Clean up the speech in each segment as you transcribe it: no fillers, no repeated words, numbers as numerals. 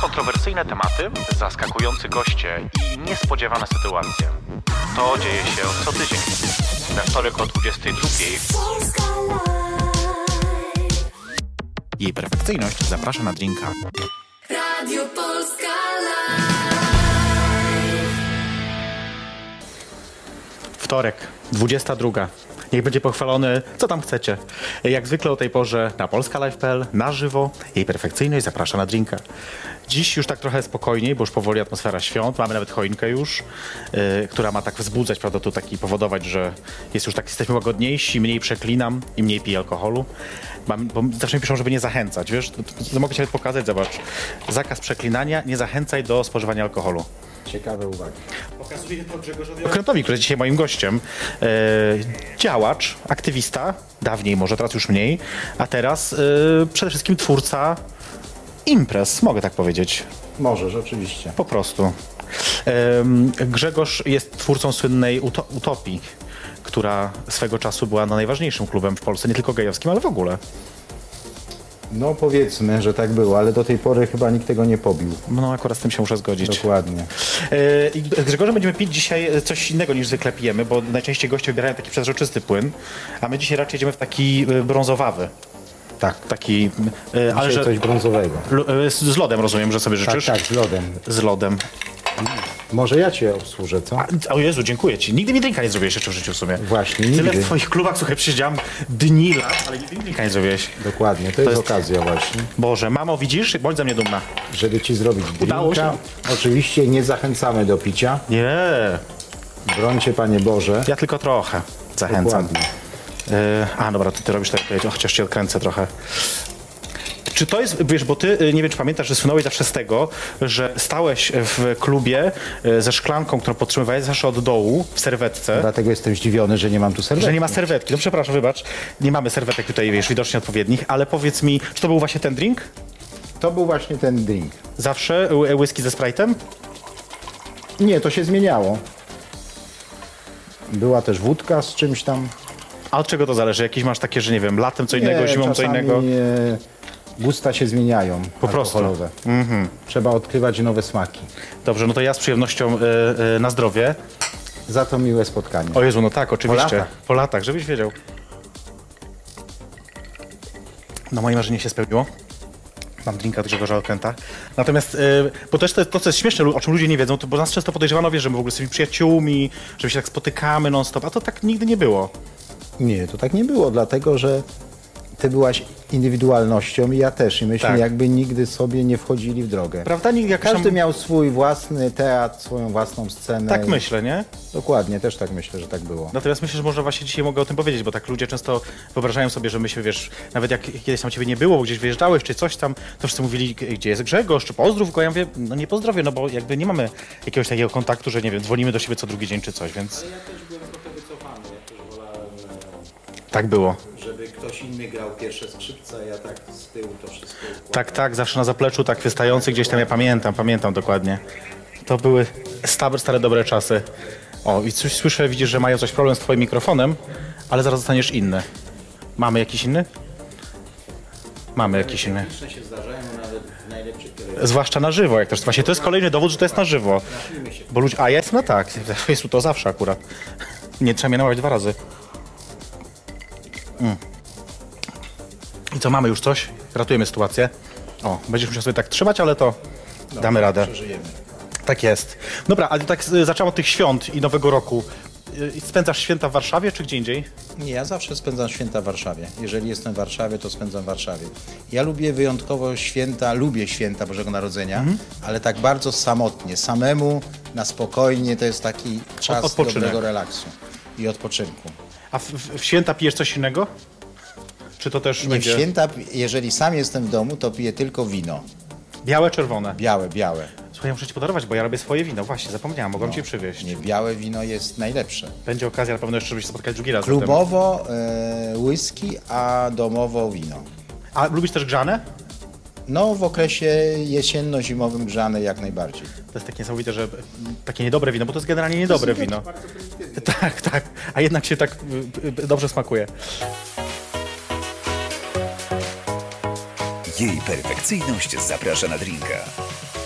Kontrowersyjne tematy, zaskakujący goście i niespodziewane sytuacje. To dzieje się co tydzień. We wtorek o 22:00. Jej perfekcyjność zaprasza na drinka. Radio Polska Live. Wtorek, 22:00. Niech będzie pochwalony, co tam chcecie. Jak zwykle o tej porze na polskalive.pl, na żywo. Jej perfekcyjność zaprasza na drinka. Dziś już tak trochę spokojniej, bo już powoli atmosfera świąt. Mamy nawet choinkę już, która ma tak wzbudzać, prawda, tu taki powodować, że jest już tak, jesteśmy łagodniejsi, mniej przeklinam i mniej piję alkoholu. Bo zawsze mi piszą, żeby nie zachęcać, wiesz? To mogę ci nawet pokazać, zobacz. Zakaz przeklinania, nie zachęcaj do spożywania alkoholu. Ciekawe uwagi. Pokazuje to Grzegorzowi Okrętowi, który jest dzisiaj moim gościem. Działacz, aktywista, dawniej może, teraz już mniej, a teraz przede wszystkim twórca imprez, mogę tak powiedzieć. Możesz, oczywiście. Po prostu. Grzegorz jest twórcą słynnej Utopii, która swego czasu była najważniejszym klubem w Polsce, nie tylko gejowskim, ale w ogóle. No powiedzmy, że tak było, ale do tej pory chyba nikt tego nie pobił. No akurat z tym się muszę zgodzić. Dokładnie. I z Grzegorzem będziemy pić dzisiaj coś innego niż zwykle pijemy, bo najczęściej goście wybierają taki przezroczysty płyn, a my dzisiaj raczej idziemy w taki brązowawy. Tak. Taki, Ale coś brązowego. Z lodem rozumiem, że sobie życzysz? Tak, z lodem. Z lodem. Może ja cię obsłużę, co? O Jezu, dziękuję ci. Nigdy mi drinka nie zrobiłeś jeszcze w życiu w sumie. Właśnie, Tyle nigdy. w twoich klubach, słuchaj, przesiedziałem dni lat, ale nigdy mi drinka nie zrobiłeś. Dokładnie, to jest okazja właśnie, Boże, mamo, widzisz? Bądź ze mnie dumna. żeby ci zrobić Udało drinka. Oczywiście nie zachęcamy do picia. Nie, Brońcie, Panie Boże. ja tylko trochę zachęcam. Dokładnie. Dobra, to ty robisz tak, chociaż cię odkręcę trochę. Czy to jest, wiesz, bo ty, nie wiem czy pamiętasz, że słynąłeś zawsze z tego, że stałeś w klubie ze szklanką, którą podtrzymywałeś zawsze od dołu, w serwetce. Dlatego jestem zdziwiony, że nie mam tu serwetki. Że nie ma serwetki. No przepraszam, wybacz. Nie mamy serwetek tutaj, wiesz, widocznie odpowiednich, ale powiedz mi, czy to był właśnie ten drink? To był właśnie ten drink. Zawsze whisky ze Sprite'em? Nie, to się zmieniało. Była też wódka z czymś tam. A od czego to zależy? Jakieś masz takie, że nie wiem, latem co innego, zimą co czasami, innego? Gusta się zmieniają. Po prostu. Alkoholowe. Trzeba odkrywać nowe smaki. Dobrze, no to ja z przyjemnością na zdrowie. Za to miłe spotkanie. O Jezu, no tak, oczywiście. latach. Po latach, żebyś wiedział. No moje marzenie się spełniło. Mam drinka od Grzegorza Okręta. Natomiast, bo też to co jest śmieszne, o czym ludzie nie wiedzą, to bo nas często podejrzewano, wiesz, że my w ogóle jesteśmy przyjaciółmi, że się tak spotykamy non-stop, a to tak nigdy nie było. Nie, to tak nie było, dlatego że ty byłaś indywidualnością i ja też. I myśmy Tak. jakby nigdy sobie nie wchodzili w drogę. Prawda? Każdy miał swój własny teatr, swoją własną scenę. Tak myślę, nie? Dokładnie, też tak myślę, że tak było. Natomiast myślę, że może właśnie dzisiaj mogę o tym powiedzieć, bo tak ludzie często wyobrażają sobie, że my się, wiesz, nawet jak kiedyś tam ciebie nie było, gdzieś wyjeżdżałeś czy coś tam, to wszyscy mówili, gdzie jest Grzegorz, czy pozdrów go. Ja mówię, no nie pozdrowię, no bo jakby nie mamy jakiegoś takiego kontaktu, że nie wiem, dzwonimy do siebie co drugi dzień czy coś, więc... Ja też byłem trochę wycofany, ja też wolałem, Tak było. żeby ktoś inny grał pierwsze skrzypce, a ja tak z tyłu to wszystko układam. Tak, zawsze na zapleczu, tak wystający gdzieś tam, ja pamiętam dokładnie. To były stare dobre czasy. O, i coś słyszę, widzisz, że mają coś problem z twoim mikrofonem, ale zaraz zostaniesz inny. Mamy jakiś inny? Mamy jakiś inny. Liczne się zdarzają nawet w najlepszych telewizjach. Zwłaszcza na żywo, jak też. Właśnie to jest kolejny dowód, że to jest na żywo. Bo ludzie. A jest? No tak. Jest to zawsze akurat. Nie trzeba mnie namawiać 2 razy. I co, mamy już coś? Ratujemy sytuację. O, będziesz musiał sobie tak trzymać, ale to damy radę. Przeżyjemy. Tak jest. Dobra, ale tak zacząłem od tych świąt i Nowego Roku. Spędzasz święta w Warszawie czy gdzie indziej? Nie, ja zawsze spędzam święta w Warszawie. Jeżeli jestem w Warszawie, to spędzam w Warszawie. Ja lubię wyjątkowo lubię święta Bożego Narodzenia, ale tak bardzo samotnie, samemu, na spokojnie, to jest taki czas Odpoczynek. dobrego relaksu i odpoczynku. A w święta pijesz coś innego? Czy to też Nie, w będzie święta, jeżeli sam jestem w domu, to piję tylko wino. białe, czerwone? Białe. Słuchaj, ja muszę ci podarować, bo ja robię swoje wino. Właśnie, zapomniałem, mogłem ci przywieźć. Nie, białe wino jest najlepsze. Będzie okazja na pewno jeszcze, żeby się spotkać drugi raz. Klubowo whisky, a domowo wino. A lubisz też grzane? No, w okresie jesienno-zimowym grzane jak najbardziej. To jest takie niesamowite, że takie niedobre wino, bo to jest generalnie niedobre wino. Tak. A jednak się tak dobrze smakuje. Jej perfekcyjność zaprasza na drinka.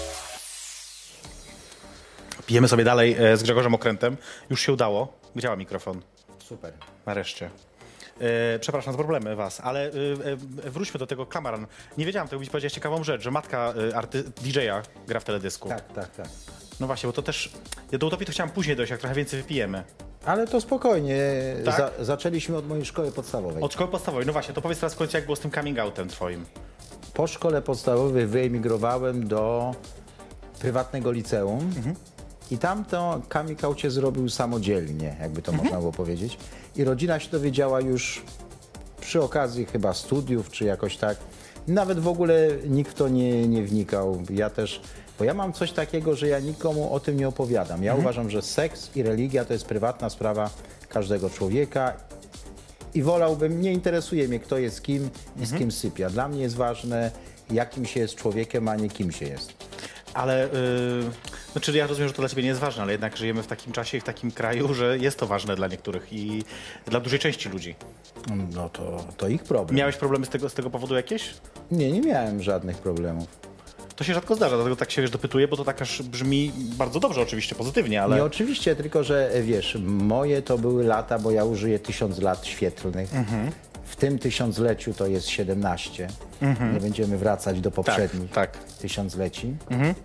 Pijemy sobie dalej z Grzegorzem Okrętem. Już się udało. Działa mikrofon. Super. Nareszcie. Przepraszam za problemy was, ale wróćmy do tego Kamaran. Nie wiedziałam, to mi powiedziałeś ciekawą rzecz, że matka DJ-a gra w teledysku. Tak. No właśnie, bo to też... Ja do utopii to chciałam później dojść, jak trochę więcej wypijemy. Ale to spokojnie. Tak? Zaczęliśmy od mojej szkoły podstawowej. Od szkoły podstawowej. No właśnie, to powiedz teraz w końcu, jak było z tym coming outem twoim. Po szkole podstawowej wyemigrowałem do prywatnego liceum i tam to coming out się zrobił samodzielnie, jakby to można było powiedzieć. I rodzina się dowiedziała już przy okazji chyba studiów, czy jakoś tak. Nawet w ogóle nikt w to nie wnikał. Ja też, bo ja mam coś takiego, że ja nikomu o tym nie opowiadam. Ja uważam, że seks i religia to jest prywatna sprawa każdego człowieka i wolałbym, nie interesuje mnie, kto jest kim i z kim sypia. Dla mnie jest ważne, jakim się jest człowiekiem, a nie kim się jest. Ale, no czyli ja rozumiem, że to dla ciebie nie jest ważne, ale jednak żyjemy w takim czasie i w takim kraju, że jest to ważne dla niektórych i dla dużej części ludzi. No to ich problem. Miałeś problemy z tego powodu jakieś? Nie miałem żadnych problemów. To się rzadko zdarza, dlatego tak się dopytuję, bo to tak aż brzmi bardzo dobrze oczywiście, pozytywnie, ale... Nie, oczywiście, tylko że wiesz, moje to były lata, bo ja użyję 1000 lat świetlnych. W tym tysiącleciu to jest 17. Nie będziemy wracać do poprzednich tak. tysiącleci.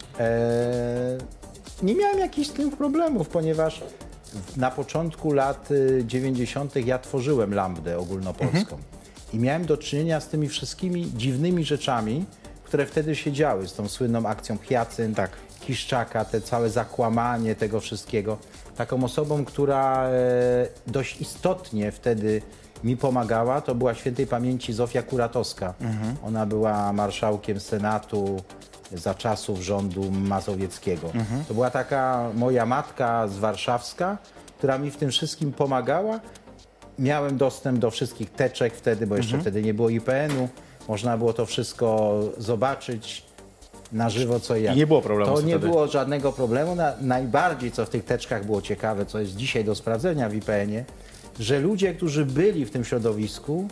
Nie miałem jakichś z tym problemów, ponieważ na początku lat 90. ja tworzyłem Lambdę ogólnopolską. I miałem do czynienia z tymi wszystkimi dziwnymi rzeczami, które wtedy się działy, z tą słynną akcją Hyacynt, Kiszczaka, te całe zakłamanie tego wszystkiego. Taką osobą, która dość istotnie wtedy mi pomagała, to była świętej pamięci Zofia Kuratowska. Ona była marszałkiem Senatu za czasów rządu mazowieckiego. To była taka moja matka z warszawska, która mi w tym wszystkim pomagała. Miałem dostęp do wszystkich teczek wtedy, bo jeszcze wtedy nie było IPN-u. Można było to wszystko zobaczyć na żywo, co i jak. I nie było problemu To nie wtedy. było żadnego problemu. Najbardziej, co w tych teczkach było ciekawe, co jest dzisiaj do sprawdzenia w IPN-ie, że ludzie, którzy byli w tym środowisku,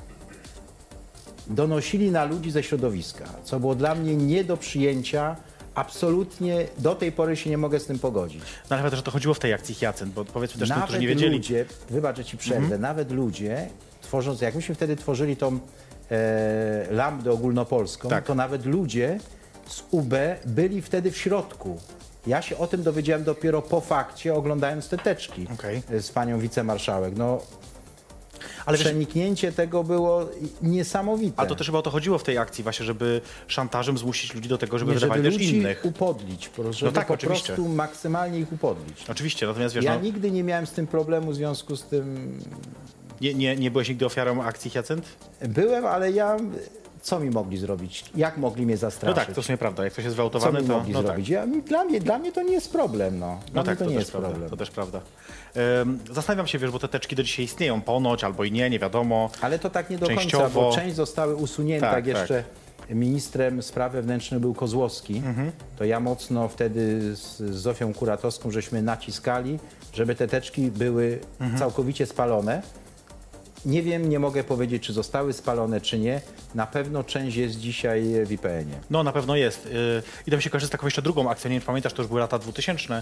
donosili na ludzi ze środowiska, co było dla mnie nie do przyjęcia. Absolutnie do tej pory się nie mogę z tym pogodzić. No ale że to chodziło w tej akcji Hyacynt, bo powiedzmy też tym, Nawet którzy nie wiedzieli... ludzie, wybacz, że ci przerwę, nawet ludzie, tworząc, jak myśmy wtedy tworzyli tą lambdę ogólnopolską, Tak. to nawet ludzie z UB byli wtedy w środku. Ja się o tym dowiedziałem dopiero po fakcie, oglądając te teczki z panią wicemarszałek. No, Ale wiesz, przeniknięcie tego było niesamowite. ale to też chyba o to chodziło w tej akcji właśnie, żeby szantażem zmusić ludzi do tego, żeby Nie, wydawali żeby też ludzi innych. upodlić, żeby tak, po oczywiście. prostu maksymalnie ich upodlić. Oczywiście, natomiast wiesz, Ja no, nigdy nie miałem z tym problemu w związku z tym. nie byłeś nigdy ofiarą akcji Hyacynt? Byłem, ale co mi mogli zrobić? Jak mogli mnie No zastraszyć? tak, to w sumie prawda. Jak ktoś jest Co zgwałtowany, mi to... mogli no zrobić? Tak. Dla mnie to nie jest problem. Dla No mnie tak, to nie też jest prawda, problem. to też prawda. Zastanawiam się, wiesz, bo te teczki do dzisiaj istnieją ponoć, albo i nie wiadomo. Ale to tak nie do końca, Częściowo. bo część zostały usunięte. Tak, Jak jeszcze ministrem spraw wewnętrznych był Kozłowski, to ja mocno wtedy z Zofią Kuratowską żeśmy naciskali, żeby te teczki były całkowicie spalone. Nie wiem, nie mogę powiedzieć, czy zostały spalone, czy nie. Na pewno część jest dzisiaj w IPN-ie. No na pewno jest. I to mi się kojarzy z taką jeszcze drugą akcją, nie wiem, czy pamiętasz, to już były lata 2000.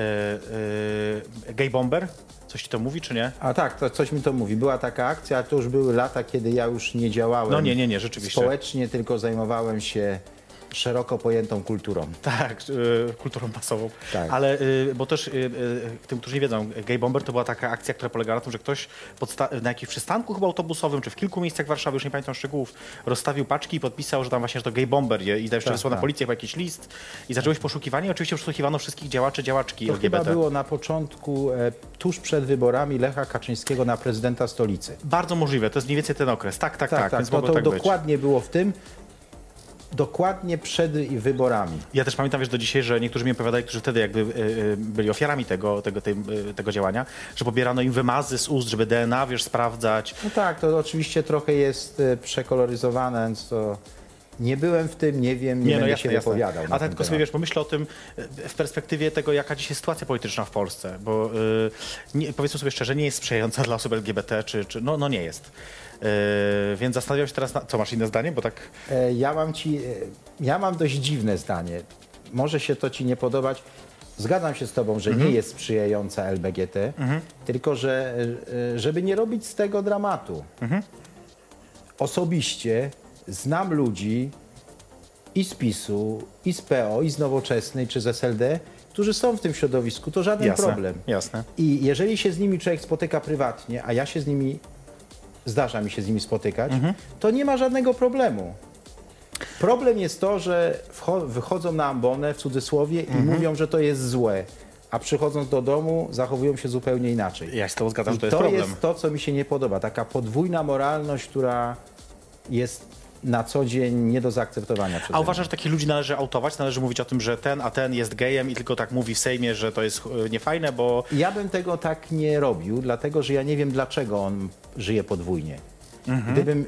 Gay Bomber? Coś ci to mówi, czy nie? A tak, to coś mi to mówi. Była taka akcja, ale to już były lata, kiedy ja już nie działałem No nie, rzeczywiście. społecznie, tylko zajmowałem się szeroko pojętą kulturą. Tak, kulturą masową. Tak. Ale, bo też tym, którzy nie wiedzą, Gay Bomber to była taka akcja, która polegała na tym, że ktoś na jakimś przystanku chyba autobusowym, czy w kilku miejscach Warszawy, już nie pamiętam szczegółów, rozstawił paczki i podpisał, że tam właśnie, że to Gay Bomber i jeszcze wysłał na policję chyba jakiś list i zaczęło się poszukiwanie. Oczywiście przesłuchiwano wszystkich działaczy, działaczki To LGBT. chyba było na początku, tuż przed wyborami Lecha Kaczyńskiego na prezydenta stolicy. Bardzo możliwe, to jest mniej więcej ten okres. Tak, więc to, mogło to tak być. dokładnie było w tym. Dokładnie przed wyborami. Ja też pamiętam, wiesz, do dzisiaj, że niektórzy mi opowiadali, którzy wtedy jakby byli ofiarami tego działania, że pobierano im wymazy z ust, żeby DNA, wiesz, sprawdzać. No tak, to oczywiście trochę jest przekoloryzowane, więc to nie byłem w tym, nie wiem, nie będę się wypowiadał. A tak tylko sobie, wiesz, pomyślę o tym w perspektywie tego, jaka dziś jest sytuacja polityczna w Polsce, bo powiedzmy sobie szczerze, nie jest sprzyjająca dla osób LGBT, no nie jest. Więc zastanawiam się teraz, co masz inne zdanie, bo tak... Ja mam dość dziwne zdanie. Może się to ci nie podobać. Zgadzam się z tobą, że nie jest sprzyjająca LBGT, tylko że żeby nie robić z tego dramatu. Osobiście znam ludzi i z PiS-u, i z PO, i z Nowoczesnej, czy z SLD, którzy są w tym środowisku, to żaden problem. Jasne. I jeżeli się z nimi człowiek spotyka prywatnie, a ja się z nimi, zdarza mi się z nimi spotykać, to nie ma żadnego problemu. Problem jest to, że wychodzą na ambonę, w cudzysłowie, i mówią, że to jest złe, a przychodząc do domu zachowują się zupełnie inaczej. Ja się z tobą zgadzam, I że to jest problem. jest to, co mi się nie podoba. Taka podwójna moralność, która jest na co dzień nie do zaakceptowania przeze A mnie. uważasz, że takich ludzi należy autować? Należy mówić o tym, że ten jest gejem i tylko tak mówi w Sejmie, że to jest niefajne, bo... Ja bym tego tak nie robił, dlatego że ja nie wiem, dlaczego on żyje podwójnie. Gdybym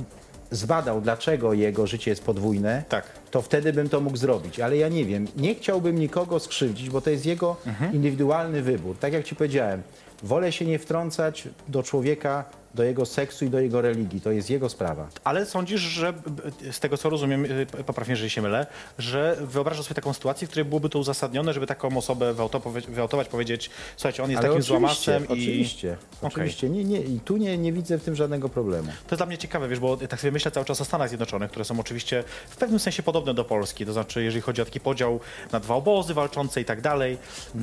zbadał, dlaczego jego życie jest podwójne, Tak. to wtedy bym to mógł zrobić. Ale ja nie wiem. Nie chciałbym nikogo skrzywdzić, bo to jest jego indywidualny wybór. Tak jak ci powiedziałem, wolę się nie wtrącać do człowieka, do jego seksu i do jego religii. To jest jego sprawa. Ale sądzisz, że z tego co rozumiem, popraw mnie, jeżeli się mylę, że wyobrażasz sobie taką sytuację, w której byłoby to uzasadnione, żeby taką osobę wyautować, powiedzieć, słuchajcie, on jest Ale takim oczywiście, złamasem i... Oczywiście, Okej. oczywiście. I tu nie widzę w tym żadnego problemu. To jest dla mnie ciekawe, wiesz, bo tak sobie myślę cały czas o Stanach Zjednoczonych, które są oczywiście w pewnym sensie podobne do Polski, to znaczy jeżeli chodzi o taki podział na dwa obozy walczące i tak dalej.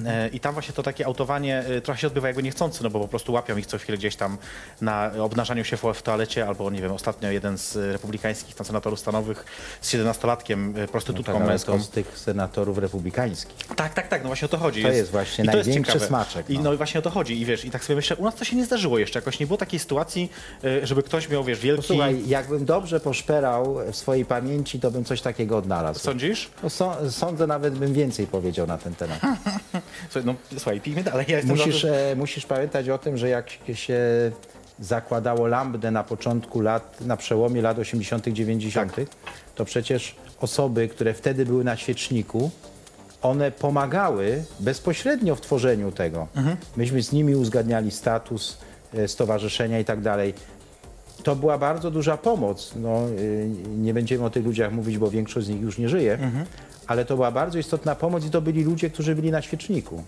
I tam właśnie to takie autowanie trochę się odbywa jakby niechcący, no bo po prostu łapią ich co chwilę gdzieś tam na obnażaniu się w toalecie, albo nie wiem, ostatnio jeden z republikańskich tam senatorów stanowych z 17-latkiem, prostytutką Tak, ale męską. to z tych senatorów republikańskich. Tak, no właśnie o to chodzi. To jest właśnie i to największy ciekawe. smaczek, I no. no i właśnie o to chodzi. I wiesz, i tak sobie myślę, u nas to się nie zdarzyło jeszcze jakoś. Nie było takiej sytuacji, żeby ktoś miał, wiesz, wielki... Słuchaj, jakbym dobrze poszperał w swojej pamięci, to bym coś takiego odnalazł. Sądzisz? No, sądzę, nawet bym więcej powiedział na ten temat. Słuchaj, pijmy dalej. Ja jestem Musisz pamiętać o tym, że jak się zakładało Lambdę na początku lat, na przełomie lat 80., 90., to przecież osoby, które wtedy były na świeczniku, one pomagały bezpośrednio w tworzeniu tego. Myśmy z nimi uzgadniali status stowarzyszenia i tak dalej. To była bardzo duża pomoc. No, nie będziemy o tych ludziach mówić, bo większość z nich już nie żyje, ale to była bardzo istotna pomoc i to byli ludzie, którzy byli na świeczniku.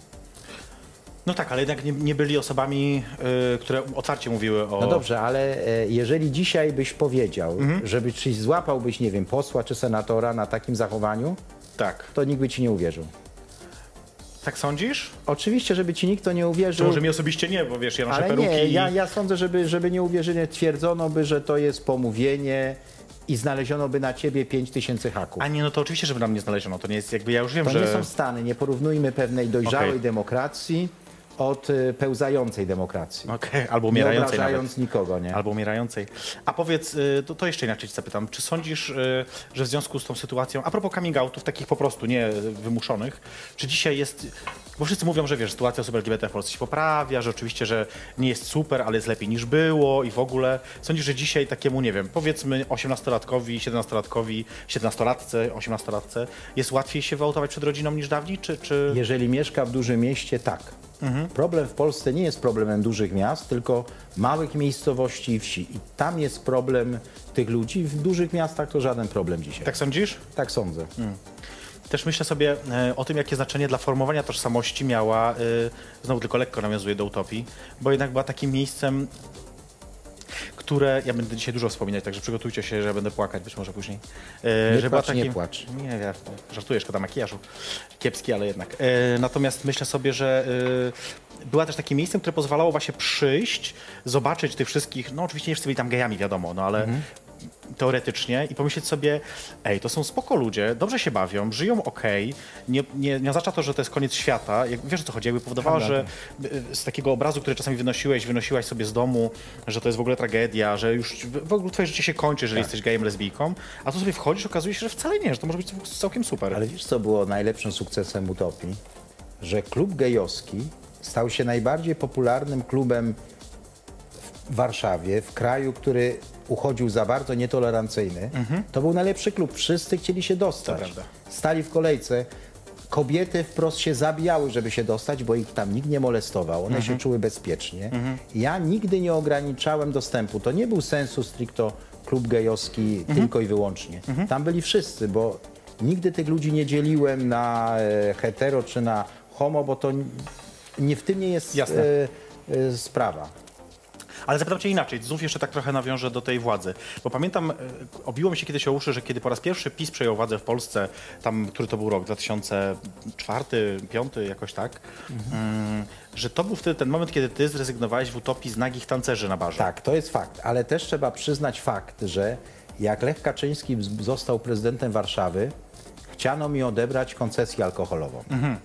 No tak, ale jednak nie byli osobami, które otwarcie mówiły o... No dobrze, ale jeżeli dzisiaj byś powiedział, żeby czyś złapałbyś, nie wiem, posła czy senatora na takim zachowaniu, Tak. to nikt by ci nie uwierzył. Tak sądzisz? Oczywiście, żeby ci nikt to nie uwierzył. Może mi osobiście nie, bo wiesz, ja noszę Ale peruki nie, i... ja sądzę, żeby nie uwierzyli, twierdzono by, że to jest pomówienie i znaleziono by na ciebie 5000 haków. A nie, no to oczywiście, żeby nam nie znaleziono. To nie jest jakby, ja już wiem, To że... nie są Stany, nie porównujmy pewnej dojrzałej Okej. demokracji od pełzającej demokracji. Okej, albo Nie umierającej nawet. obrażając nikogo, nie? Albo umierającej. A powiedz, to jeszcze inaczej cię zapytam, czy sądzisz, że w związku z tą sytuacją, a propos coming outów, takich po prostu nie wymuszonych, czy dzisiaj jest, bo wszyscy mówią, że wiesz, sytuacja osób LGBT w Polsce się poprawia, że oczywiście, że nie jest super, ale jest lepiej niż było i w ogóle, sądzisz, że dzisiaj takiemu, nie wiem, powiedzmy 18-latkowi, 17-latkowi, 17-latce, 18-latce jest łatwiej się wyautować przed rodziną niż dawniej, czy... Jeżeli mieszka w dużym mieście, tak. Problem w Polsce nie jest problemem dużych miast, tylko małych miejscowości i wsi. I tam jest problem tych ludzi. W dużych miastach to żaden problem dzisiaj. Tak sądzisz? Tak sądzę. Też myślę sobie o tym, jakie znaczenie dla formowania tożsamości miała, znowu tylko lekko nawiązuję do utopii, bo jednak była takim miejscem, które, ja będę dzisiaj dużo wspominać, także przygotujcie się, że ja będę płakać być może później. Nie płacz, nie płacz. Nie, ja żartuję, szkoda makijażu. Kiepski, ale jednak. Natomiast myślę sobie, że była też takim miejscem, które pozwalało właśnie przyjść, zobaczyć tych wszystkich, no oczywiście nie wszyscy byli tam gejami, wiadomo, no ale teoretycznie i pomyśleć sobie, ej, to są spoko ludzie, dobrze się bawią, żyją okej, nie oznacza to, że to jest koniec świata. Wiesz o co chodzi, jakby powodowała, że z takiego obrazu, który czasami wynosiłaś sobie z domu, że to jest w ogóle tragedia, że już w ogóle twoje życie się kończy, jeżeli jesteś gejem, lesbijką, a tu sobie wchodzisz, okazuje się, że wcale nie, że to może być całkiem super. Ale wiesz, co było najlepszym sukcesem Utopii? Że klub gejowski stał się najbardziej popularnym klubem w Warszawie, w kraju, który uchodził za bardzo nietolerancyjny. To był najlepszy klub. Wszyscy chcieli się dostać. To prawda. Stali w kolejce. Kobiety wprost się zabijały, żeby się dostać, bo ich tam nikt nie molestował. One się czuły bezpiecznie. Ja nigdy nie ograniczałem dostępu. To nie był sensu stricto klub gejowski tylko i wyłącznie. Tam byli wszyscy, bo nigdy tych ludzi nie dzieliłem na hetero czy na homo, bo to nie w tym nie jest Jasne. sprawa. Ale zapytam cię inaczej, znów jeszcze tak trochę nawiążę do tej władzy. Bo pamiętam, obiło mi się kiedyś o uszy, że kiedy po raz pierwszy PiS przejął władzę w Polsce, tam, który to był rok, 2004, 2005, jakoś tak, że to był wtedy ten moment, kiedy ty zrezygnowałeś w utopii z nagich tancerzy na barze. Tak, to jest fakt, ale też trzeba przyznać fakt, że jak Lech Kaczyński został prezydentem Warszawy, chciano mi odebrać koncesję alkoholową.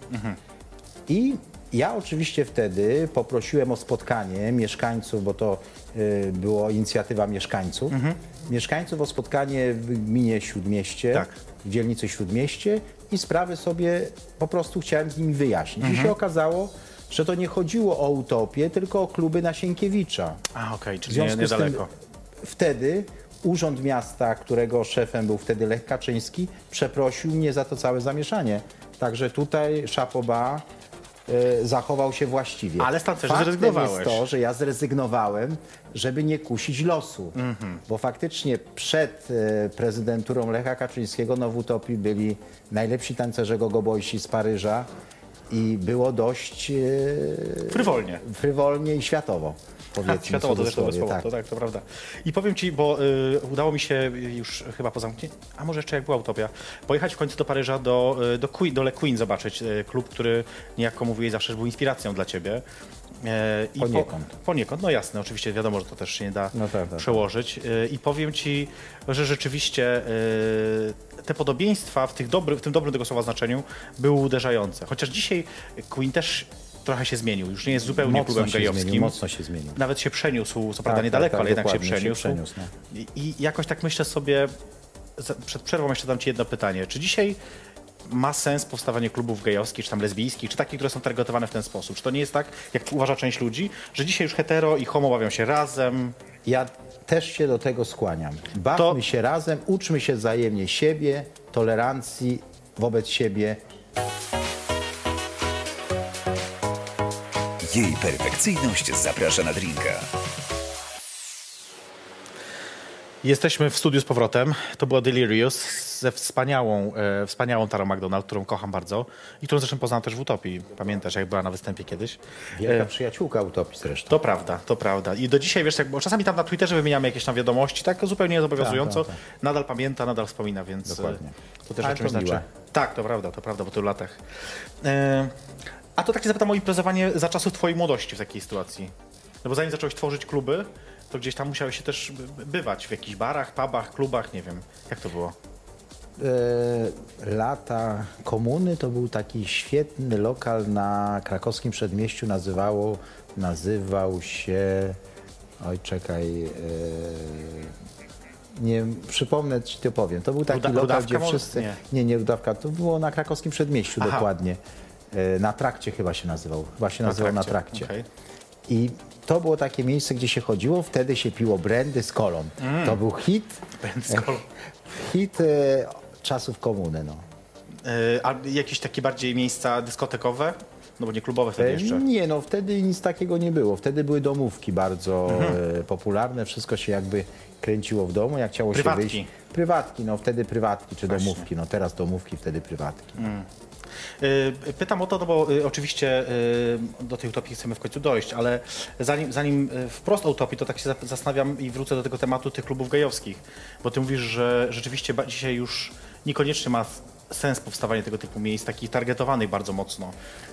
I ja oczywiście wtedy poprosiłem o spotkanie mieszkańców, bo to była inicjatywa mieszkańców, mieszkańców o spotkanie w gminie Śródmieście, Tak. w dzielnicy Śródmieście i sprawy sobie po prostu chciałem z nimi wyjaśnić. I się okazało, że to nie chodziło o utopię, tylko o kluby na Sienkiewicza. A, okej, W czyli związku z tym niedaleko. wtedy Urząd Miasta, którego szefem był wtedy Lech Kaczyński, przeprosił mnie za to całe zamieszanie. Także tutaj chapeau bas, zachował się właściwie. Ale z tancerzy Faktem zrezygnowałeś. jest to, że ja zrezygnowałem, żeby nie kusić losu. Bo faktycznie przed prezydenturą Lecha Kaczyńskiego w utopii byli najlepsi tancerze gogobojsi z Paryża i było dość Frywolnie. frywolnie i światowo. Powiedzmy, Światowo to w też dobre cudzysłowie, słowo, to prawda. I powiem ci, bo udało mi się już chyba po zamknięciu, a może jeszcze jak była utopia, pojechać w końcu do Paryża do Le Queen zobaczyć klub, który niejako mówiłeś zawsze, że był inspiracją dla ciebie. I Poniekąd. Poniekąd, no jasne, oczywiście wiadomo, że to też się nie da No tak. przełożyć. I powiem ci, że rzeczywiście te podobieństwa w tym dobrym tego słowa znaczeniu były uderzające. Chociaż dzisiaj Queen też trochę się zmienił. Już nie jest zupełnie klubem gejowskim. Mocno się zmienił. Nawet się przeniósł, co prawda Tak, niedaleko, tak, ale jednak się dokładnie, przeniósł. no. I jakoś tak myślę sobie, przed przerwą jeszcze dam ci jedno pytanie. Czy dzisiaj ma sens powstawanie klubów gejowskich, czy tam lesbijskich, czy takich, które są targetowane w ten sposób? Czy to nie jest tak, jak uważa część ludzi, że dzisiaj już hetero i homo bawią się razem? Ja też się do tego skłaniam. Bawmy się razem, uczmy się wzajemnie siebie, tolerancji wobec siebie. Jej perfekcyjność zaprasza na drinka. Jesteśmy w studiu z powrotem. To była Delirious ze wspaniałą Tarą McDonald, którą kocham bardzo i którą zresztą poznałam też w Utopii. Pamiętasz, jak była na występie kiedyś? Wielka przyjaciółka utopii zresztą. To prawda. I do dzisiaj, wiesz, bo czasami tam na Twitterze wymieniamy jakieś tam wiadomości, tak zupełnie niezobowiązująco. Tak. Nadal pamięta, nadal wspomina, więc Dokładnie. to też Ale o czymś to miłe. znaczy. Tak, to prawda, po tylu latach. A to takie zapytam o imprezowanie za czasów twojej młodości w takiej sytuacji. No bo zanim zacząłeś tworzyć kluby, to gdzieś tam musiałeś się też bywać w jakichś barach, pubach, klubach, nie wiem. Jak to było? Lata komuny to był taki świetny lokal na krakowskim przedmieściu, nazywał się, oj czekaj, nie przypomnę ci, to powiem. To był taki lokal, Rudawka gdzie może? wszyscy... Nie Rudawka, to było na krakowskim przedmieściu dokładnie. Na Trakcie chyba się nazywał. Chyba się nazywał na Trakcie. Okej. I to było takie miejsce, gdzie się chodziło, wtedy się piło brandy z kolą. To był hit. Brandy z kolą. Hit czasów komuny, no. A jakieś takie bardziej miejsca dyskotekowe? No bo nie klubowe wtedy jeszcze. Nie, no wtedy nic takiego nie było. Wtedy były domówki bardzo popularne. Wszystko się jakby kręciło w domu, jak chciało Prywatki. się wyjść. Prywatki, no wtedy prywatki czy domówki. No teraz domówki, wtedy prywatki. Pytam o to, no bo oczywiście do tej utopii chcemy w końcu dojść, ale zanim wprost o utopii, to tak się zastanawiam i wrócę do tego tematu tych klubów gejowskich, bo ty mówisz, że rzeczywiście dzisiaj już niekoniecznie ma sens powstawanie tego typu miejsc, takich targetowanych bardzo mocno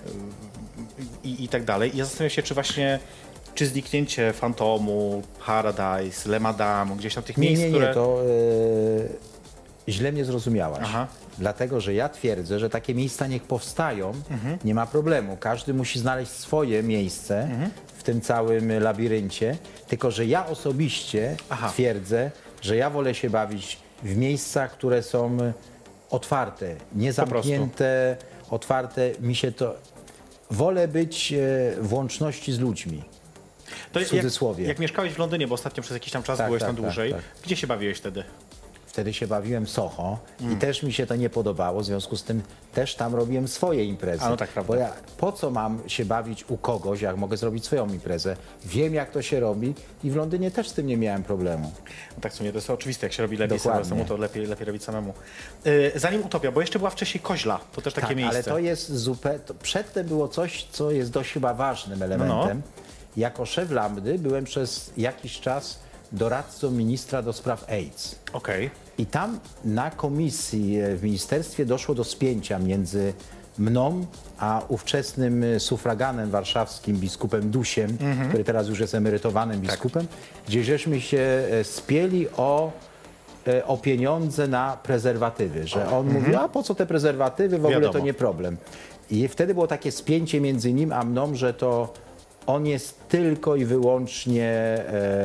i tak dalej. I ja zastanawiam się, czy zniknięcie Fantomu, Paradise, Le Madame, gdzieś tam tych miejsc, które... to źle mnie zrozumiałaś. Aha. Dlatego, że ja twierdzę, że takie miejsca niech powstają, nie ma problemu. Każdy musi znaleźć swoje miejsce w tym całym labiryncie, tylko że ja osobiście twierdzę, że ja wolę się bawić w miejscach, które są otwarte, niezamknięte, otwarte. Mi się to... Wolę być w łączności z ludźmi. To w cudzysłowie. jak mieszkałeś w Londynie, bo ostatnio przez jakiś tam czas byłeś tam dłużej, tak. gdzie się bawiłeś wtedy? Wtedy się bawiłem Soho i też mi się to nie podobało, w związku z tym też tam robiłem swoje imprezy. A no tak, prawda. Bo ja po co mam się bawić u kogoś, jak mogę zrobić swoją imprezę? Wiem, jak to się robi i w Londynie też z tym nie miałem problemu. No tak w sumie to jest oczywiste, jak się robi lepiej Dokładnie. samemu, to lepiej robić samemu. Zanim Utopia, bo jeszcze była wcześniej Koźla, to też takie Tak, miejsce. ale to jest zupełnie... Przedtem było coś, co jest dość chyba ważnym elementem. Jako szef Lambdy byłem przez jakiś czas doradcą ministra do spraw AIDS. Okej. I tam na komisji w ministerstwie doszło do spięcia między mną a ówczesnym sufraganem warszawskim, biskupem Dusiem, który teraz już jest emerytowanym biskupem, gdzie żeśmy się spieli o pieniądze na prezerwatywy, że on mówił, a po co te prezerwatywy, w ogóle Wiadomo. to nie problem. I wtedy było takie spięcie między nim a mną, że to on jest tylko i wyłącznie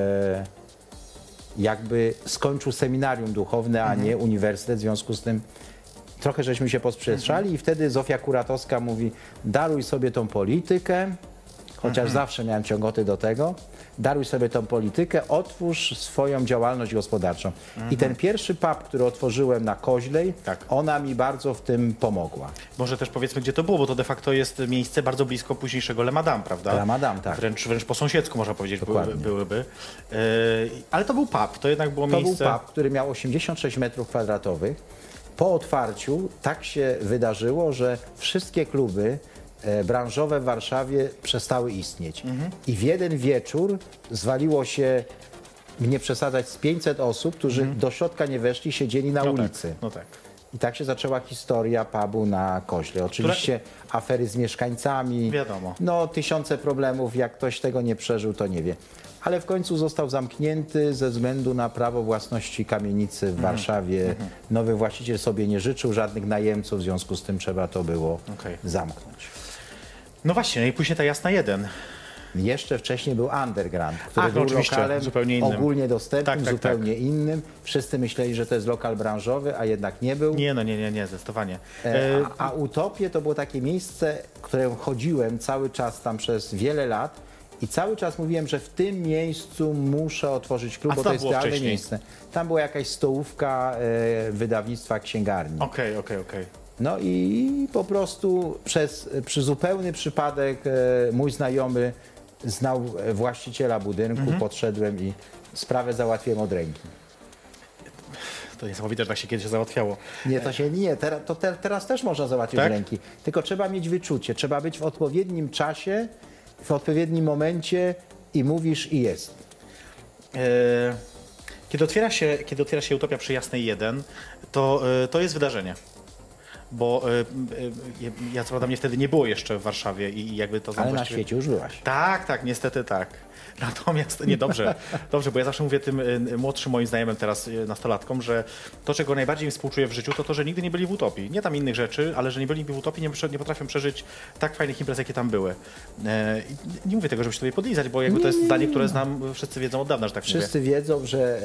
jakby skończył seminarium duchowne, a nie uniwersytet, w związku z tym trochę żeśmy się posprzeczali i wtedy Zofia Kuratowska mówi, daruj sobie tą politykę, chociaż zawsze miałem ciągoty do tego, daruj sobie tą politykę, otwórz swoją działalność gospodarczą. I ten pierwszy pub, który otworzyłem na Koźlej, Tak. ona mi bardzo w tym pomogła. Może też powiedzmy, gdzie to było, bo to de facto jest miejsce bardzo blisko późniejszego Le Madame, prawda? Le Madame, tak. Wręcz po sąsiedzku, można powiedzieć, Dokładnie. byłyby. Ale to był pub, to jednak było To miejsce... był pub, który miał 86 metrów kwadratowych. Po otwarciu tak się wydarzyło, że wszystkie kluby branżowe w Warszawie przestały istnieć. I w jeden wieczór zwaliło się, nie przesadzać, z 500 osób, którzy do środka nie weszli, siedzieli na ulicy. No tak. I tak się zaczęła historia pubu na Koźle. Oczywiście afery z mieszkańcami. Wiadomo. No, tysiące problemów. Jak ktoś tego nie przeżył, to nie wie. Ale w końcu został zamknięty ze względu na prawo własności kamienicy w Warszawie. Nowy właściciel sobie nie życzył żadnych najemców, w związku z tym trzeba to było Okej. zamknąć. No właśnie, i później ta Jasna 1. Jeszcze wcześniej był Underground, który Ach, no był oczywiście, lokalem zupełnie innym. ogólnie dostępnym, Tak. zupełnie innym. Wszyscy myśleli, że to jest lokal branżowy, a jednak nie był. Nie, zdecydowanie. A Utopie to było takie miejsce, w którym chodziłem cały czas tam przez wiele lat i cały czas mówiłem, że w tym miejscu muszę otworzyć klub, A bo co to tam jest było idealne wcześniej? miejsce. Tam była jakaś stołówka wydawnictwa księgarni. Okej. No i po prostu przy zupełny przypadek mój znajomy znał właściciela budynku, podszedłem i sprawę załatwiłem od ręki. To niesamowite, że tak się kiedyś załatwiało. Nie, to się nie. Teraz też można załatwić Tak? z ręki. Tylko trzeba mieć wyczucie. Trzeba być w odpowiednim czasie, w odpowiednim momencie i mówisz i jest. Kiedy otwiera się Utopia przy Jasnej 1, to jest wydarzenie. Bo ja co prawda mnie wtedy nie było jeszcze w Warszawie i jakby to... Ale na świecie już byłaś. Tak, niestety tak. Natomiast, dobrze, bo ja zawsze mówię tym młodszym moim znajomym teraz nastolatkom, że to, czego najbardziej im współczuję w życiu, to, że nigdy nie byli w Utopii. Nie tam innych rzeczy, ale że nie byli w Utopii, nie potrafią przeżyć tak fajnych imprez, jakie tam były. Nie mówię tego, żeby się tutaj podlizać, bo jakby to jest zdanie, które znam, wszyscy wiedzą od dawna, że tak Wszyscy mówię. wiedzą, że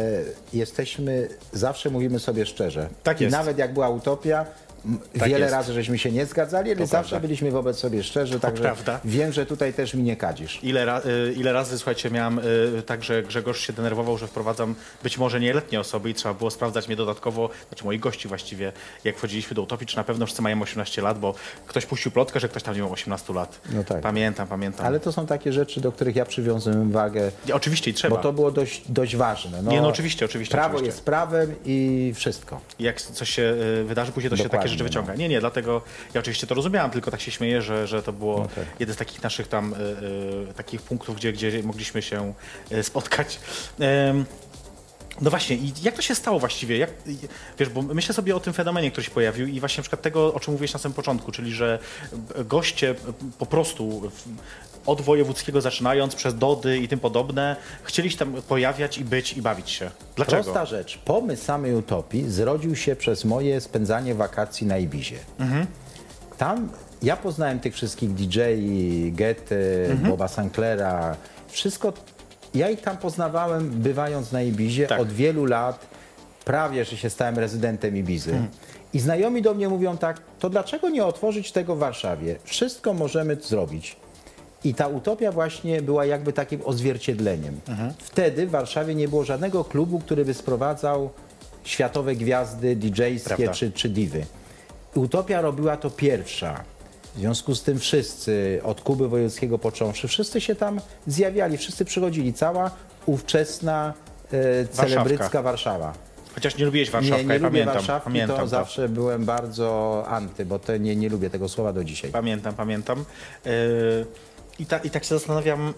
zawsze mówimy sobie szczerze. Tak I jest. nawet jak była Utopia, Tak wiele jest. razy żeśmy się nie zgadzali, ale zawsze prawda. byliśmy wobec sobie szczerzy, także prawda. wiem, że tutaj też mi nie kadzisz. Ile razy, słuchajcie, miałem tak, że Grzegorz się denerwował, że wprowadzam być może nieletnie osoby i trzeba było sprawdzać mnie dodatkowo, znaczy moich gości właściwie, jak wchodziliśmy do Utopii, czy na pewno wszyscy mają 18 lat, bo ktoś puścił plotkę, że ktoś tam nie miał 18 lat. No tak. Pamiętam. Ale to są takie rzeczy, do których ja przywiązałem wagę, Oczywiście i trzeba. bo to było dość ważne. No, Nie, no oczywiście. Prawo jest prawem i wszystko. Jak coś się wydarzy, później to się takie Dokładnie, rzeczy wyciąga. Nie, dlatego ja oczywiście to rozumiałam, tylko tak się śmieję, że to było tak. jeden z takich naszych tam takich punktów, gdzie mogliśmy się spotkać. No właśnie, i jak to się stało właściwie? Wiesz, bo myślę sobie o tym fenomenie, który się pojawił i właśnie na przykład tego, o czym mówiłeś na samym początku, czyli że goście po prostu od wojewódzkiego zaczynając, przez Dody i tym podobne, chcieli się tam pojawiać i być i bawić się. Dlaczego? Prosta rzecz. Pomysł samej Utopii zrodził się przez moje spędzanie wakacji na Ibizie. Tam ja poznałem tych wszystkich DJ, Getty, Boba Sinclaira, wszystko. Ja ich tam poznawałem, bywając na Ibizie Tak. od wielu lat. Prawie, że się stałem rezydentem Ibizy. I znajomi do mnie mówią tak, to dlaczego nie otworzyć tego w Warszawie? Wszystko możemy zrobić. I ta Utopia właśnie była jakby takim odzwierciedleniem. Wtedy w Warszawie nie było żadnego klubu, który by sprowadzał światowe gwiazdy DJ-skie Prawda. czy diwy. Utopia robiła to pierwsza. W związku z tym wszyscy, od Kuby Wojewódzkiego począwszy, wszyscy się tam zjawiali, wszyscy przychodzili. Cała ówczesna celebrycka Warszawa. Chociaż nie lubiłeś Warszawka, Nie ja lubię pamiętam. Warszawki, Pamiętam to zawsze byłem bardzo anty, bo to nie lubię tego słowa do dzisiaj. Pamiętam. I tak się zastanawiam,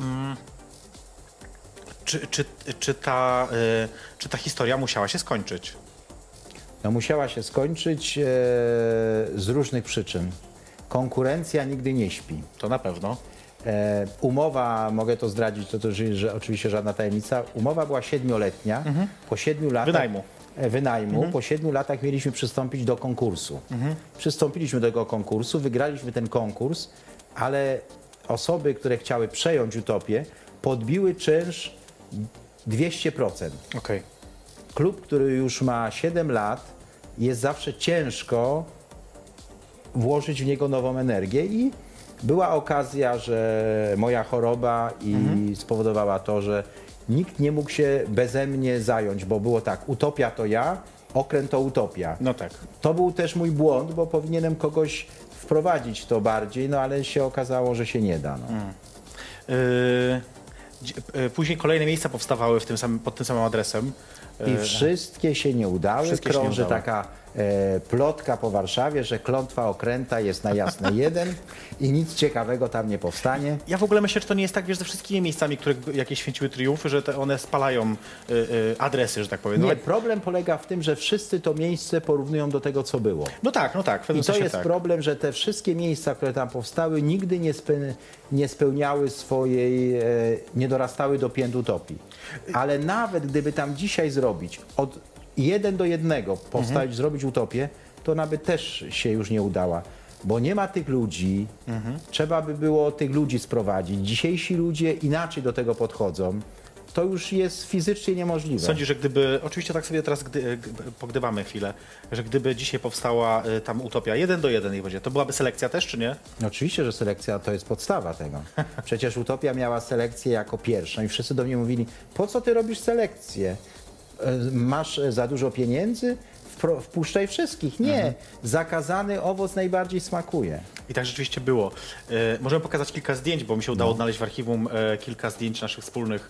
czy ta historia musiała się skończyć? No, musiała się skończyć z różnych przyczyn. Konkurencja nigdy nie śpi. To na pewno. Umowa, mogę to zdradzić, to że oczywiście żadna tajemnica, umowa była 7-letnia. Po 7 latach... Wynajmu. Po 7 latach mieliśmy przystąpić do konkursu. Przystąpiliśmy do tego konkursu, wygraliśmy ten konkurs, ale osoby, które chciały przejąć Utopię, podbiły czynsz 200%. Okej. Klub, który już ma 7 lat, jest zawsze ciężko włożyć w niego nową energię i była okazja, że moja choroba spowodowała to, że nikt nie mógł się beze mnie zająć, bo było tak, Utopia to ja, Okręt to Utopia. No tak. To był też mój błąd, bo powinienem kogoś wprowadzić to bardziej, no ale się okazało, że się nie da. No. Później kolejne miejsca powstawały pod tym samym adresem. I wszystkie się nie udały. Wszystkie się nie Krąży udały. taka plotka po Warszawie, że klątwa Okręta jest na Jasne 1 i nic ciekawego tam nie powstanie. Ja w ogóle myślę, że to nie jest tak, wiesz, ze wszystkimi miejscami, które jakieś święciły triumfy, że one spalają adresy, że tak powiem. Nie, problem polega w tym, że wszyscy to miejsce porównują do tego, co było. No tak. W pewnym I to sensie jest tak. problem, że te wszystkie miejsca, które tam powstały, nigdy nie spełniały swojej, nie dorastały do pięt utopii. Ale nawet gdyby tam dzisiaj zrobić od 1 do 1 powstać, zrobić utopię, to nawet też się już nie udała. Bo nie ma tych ludzi, trzeba by było tych ludzi sprowadzić. Dzisiejsi ludzie inaczej do tego podchodzą. To już jest fizycznie niemożliwe. Sądzisz, że gdyby, oczywiście tak sobie teraz pogdybamy chwilę, że gdyby dzisiaj powstała tam Utopia 1 do 1, niech będzie, to byłaby selekcja też, czy nie? Oczywiście, że selekcja to jest podstawa tego. Przecież Utopia miała selekcję jako pierwszą i wszyscy do mnie mówili, po co ty robisz selekcję? Masz za dużo pieniędzy? Wpuszczaj wszystkich. Nie. Zakazany owoc najbardziej smakuje. I tak rzeczywiście było. Możemy pokazać kilka zdjęć, bo mi się udało odnaleźć w archiwum kilka zdjęć naszych wspólnych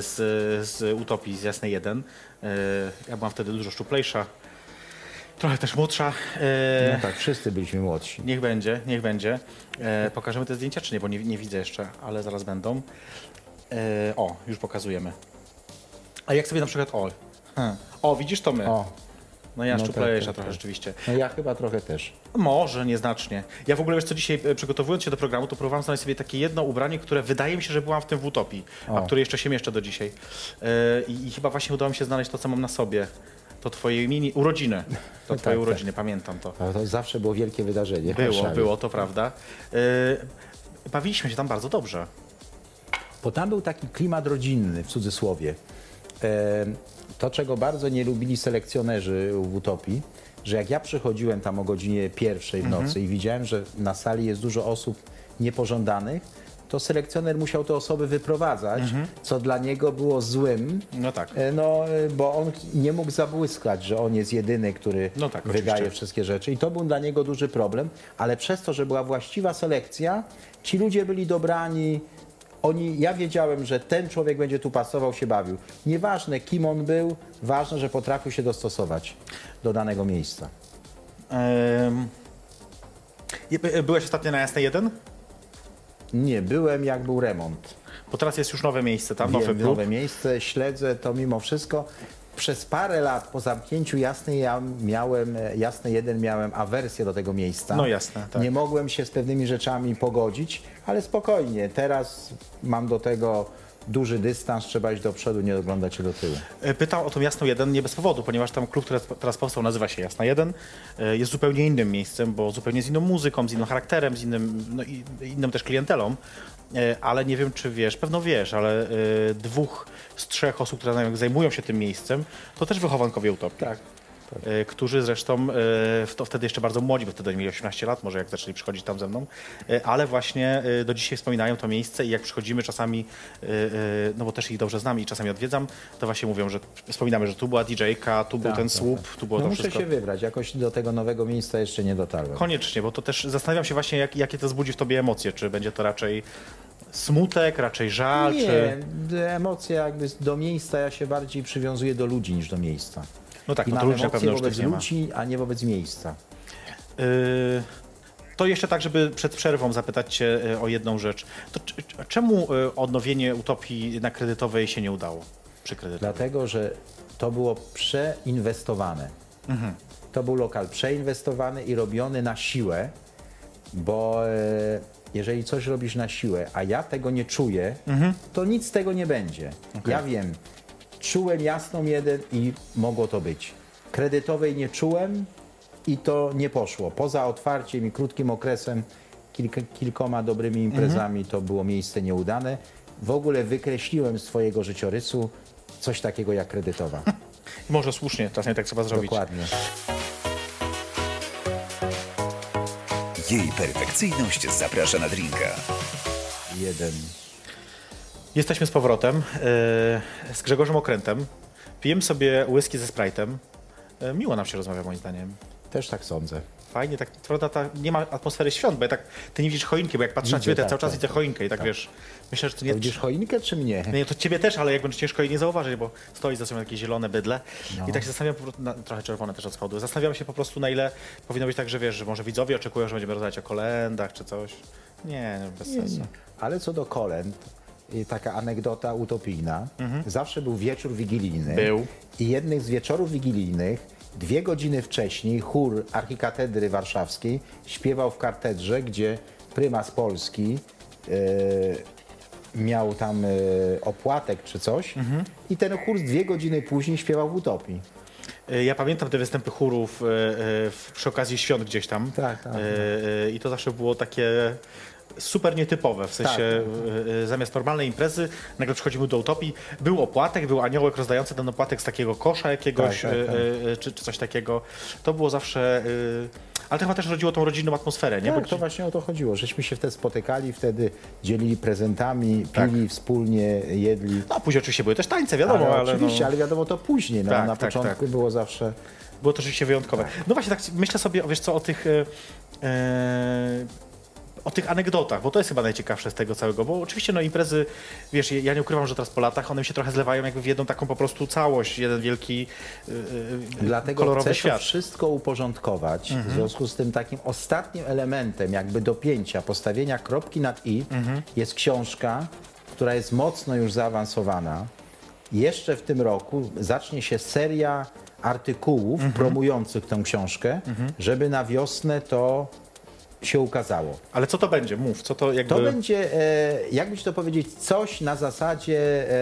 z Utopii, z Jasnej 1. Ja byłam wtedy dużo szczuplejsza, trochę też młodsza. No tak, wszyscy byliśmy młodsi. Niech będzie. Pokażemy te zdjęcia, czy nie? Bo nie widzę jeszcze, ale zaraz będą. O, już pokazujemy. A jak sobie na przykład... O, widzisz to my. O, No ja no szczuplejsza tak. trochę rzeczywiście. no ja chyba trochę też. Może, nieznacznie. Ja w ogóle, wiesz co, dzisiaj przygotowując się do programu, to próbowałem znaleźć sobie takie jedno ubranie, które wydaje mi się, że byłam w tym w Utopii, a które jeszcze się mieszczę do dzisiaj. I chyba właśnie udało mi się znaleźć to, co mam na sobie. To twoje urodziny. To twoje Tak, urodziny, pamiętam to. To zawsze było wielkie wydarzenie. w Warszawie. Było, to prawda. Bawiliśmy się tam bardzo dobrze. Bo tam był taki klimat rodzinny, w cudzysłowie. To, czego bardzo nie lubili selekcjonerzy w Utopii, że jak ja przychodziłem tam o godzinie 1 w nocy i widziałem, że na sali jest dużo osób niepożądanych, to selekcjoner musiał te osoby wyprowadzać, co dla niego było złym, No tak. bo on nie mógł zabłyskać, że on jest jedyny, który No tak, wydaje oczywiście. wszystkie rzeczy. I to był dla niego duży problem, ale przez to, że była właściwa selekcja, ci ludzie byli dobrani. Ja wiedziałem, że ten człowiek będzie tu pasował, się bawił. Nieważne, kim on był, ważne, że potrafił się dostosować do danego miejsca. Byłeś ostatnio na Jasnej 1? Nie, byłem jak był remont. Bo teraz jest już nowe miejsce tam, Wiem, nowy klub. nowe miejsce, śledzę to mimo wszystko. Przez parę lat po zamknięciu Jasnej 1 miałem awersję do tego miejsca. No jasne, tak. Nie mogłem się z pewnymi rzeczami pogodzić, ale spokojnie. Teraz mam do tego duży dystans, trzeba iść do przodu, nie oglądać się do tyłu. Pytał o tą Jasną 1 nie bez powodu, ponieważ tam klub, który teraz powstał, nazywa się Jasna 1. Jest zupełnie innym miejscem, bo zupełnie z inną muzyką, z innym charakterem, z innym, no i inną też klientelą. Ale nie wiem, czy wiesz, pewno wiesz, ale 2 z 3 osób, które zajmują się tym miejscem, to też wychowankowie Utopii. Tak. którzy zresztą wtedy jeszcze bardzo młodzi, bo wtedy oni mieli 18 lat, może jak zaczęli przychodzić tam ze mną, ale właśnie do dzisiaj wspominają to miejsce i jak przychodzimy czasami, no bo też ich dobrze znam i czasami odwiedzam, to właśnie mówią, że wspominamy, że tu była DJ-ka, tu był ten słup, tu było No to muszę wszystko. się wybrać, jakoś do tego nowego miejsca jeszcze nie dotarłem. Koniecznie, bo to też zastanawiam się właśnie, jakie to wzbudzi w tobie emocje, czy będzie to raczej smutek, raczej żal, czy... Nie, emocje jakby do miejsca, ja się bardziej przywiązuję do ludzi niż do miejsca. No tak, I no to mam ludzi na emocje pewno już wobec tych nie ma. ludzi, a nie wobec miejsca. To jeszcze tak, żeby przed przerwą zapytać cię o jedną rzecz. To czemu odnowienie Utopii na Kredytowej się nie udało przy Kredytowej? Dlatego, że to było przeinwestowane. To był lokal przeinwestowany i robiony na siłę, bo jeżeli coś robisz na siłę, a ja tego nie czuję, to nic z tego nie będzie. Ja wiem, czułem jasną jeden i mogło to być. Kredytowej nie czułem i to nie poszło. Poza otwarciem i krótkim okresem, kilkoma dobrymi imprezami to było miejsce nieudane. W ogóle wykreśliłem z swojego życiorysu coś takiego jak kredytowa. Może słusznie, czasami tak trzeba zrobić. Dokładnie. Jej perfekcyjność zaprasza na drinka. Jeden. Jesteśmy z powrotem z Grzegorzem Okrętem. Pijemy sobie whisky ze Sprite'em. Miło nam się rozmawia, moim zdaniem. Też tak sądzę. Fajnie, tak, prawda, nie ma atmosfery świąt, bo ja tak, ty nie widzisz choinki, bo jak patrzę na Widzę, ciebie, to ja tak, cały czas tak, widzę choinkę i tak wiesz, myślę, że to nie... To widzisz choinkę czy mnie? Nie, to ciebie też, ale jak będziesz ciężko jej nie zauważyć, bo stoi za sobą jakieś zielone bydle No. i tak się zastanawiam, trochę czerwone też od spodu, zastanawiam się po prostu, na ile powinno być tak, że wiesz, że może widzowie oczekują, że będziemy rozmawiać o kolędach czy coś. Nie, bez sensu. Ale co do kolęd, taka anegdota utopijna. Zawsze był wieczór wigilijny. Był. I jednych z wieczorów wigilijnych 2 godziny wcześniej chór Archikatedry Warszawskiej śpiewał w katedrze, gdzie prymas Polski miał tam opłatek czy coś i ten chór 2 godziny później śpiewał w Utopii. Ja pamiętam te występy chórów przy okazji świąt gdzieś tam. Tak, tak. I to zawsze było takie super nietypowe, w sensie zamiast normalnej imprezy nagle przychodzimy do Utopii, był opłatek, był aniołek rozdający ten opłatek z takiego kosza jakiegoś, Tak, tak. Czy coś takiego. To było zawsze... Ale to chyba też rodziło tą rodzinną atmosferę, nie? Tak, Bo to właśnie o to chodziło. Żeśmy się wtedy spotykali, wtedy dzielili prezentami, Tak. pili wspólnie, jedli. no, później oczywiście były też tańce, wiadomo, ale oczywiście, no, ale wiadomo to później. No, Tak, na tak, początku tak. było zawsze... było to rzeczywiście wyjątkowe. No właśnie, tak myślę sobie, wiesz co, o tych anegdotach, bo to jest chyba najciekawsze z tego całego, bo oczywiście no imprezy, wiesz, ja nie ukrywam, że teraz po latach one mi się trochę zlewają jakby w jedną taką po prostu całość, jeden wielki Dlatego kolorowy chcę świat. to wszystko uporządkować. W związku z tym takim ostatnim elementem jakby dopięcia, postawienia kropki nad i jest książka, która jest mocno już zaawansowana. Jeszcze w tym roku zacznie się seria artykułów promujących tę książkę, żeby na wiosnę to się ukazało. Ale co to będzie? Mów, co to jakby... To będzie, jakby ci to powiedzieć, coś na zasadzie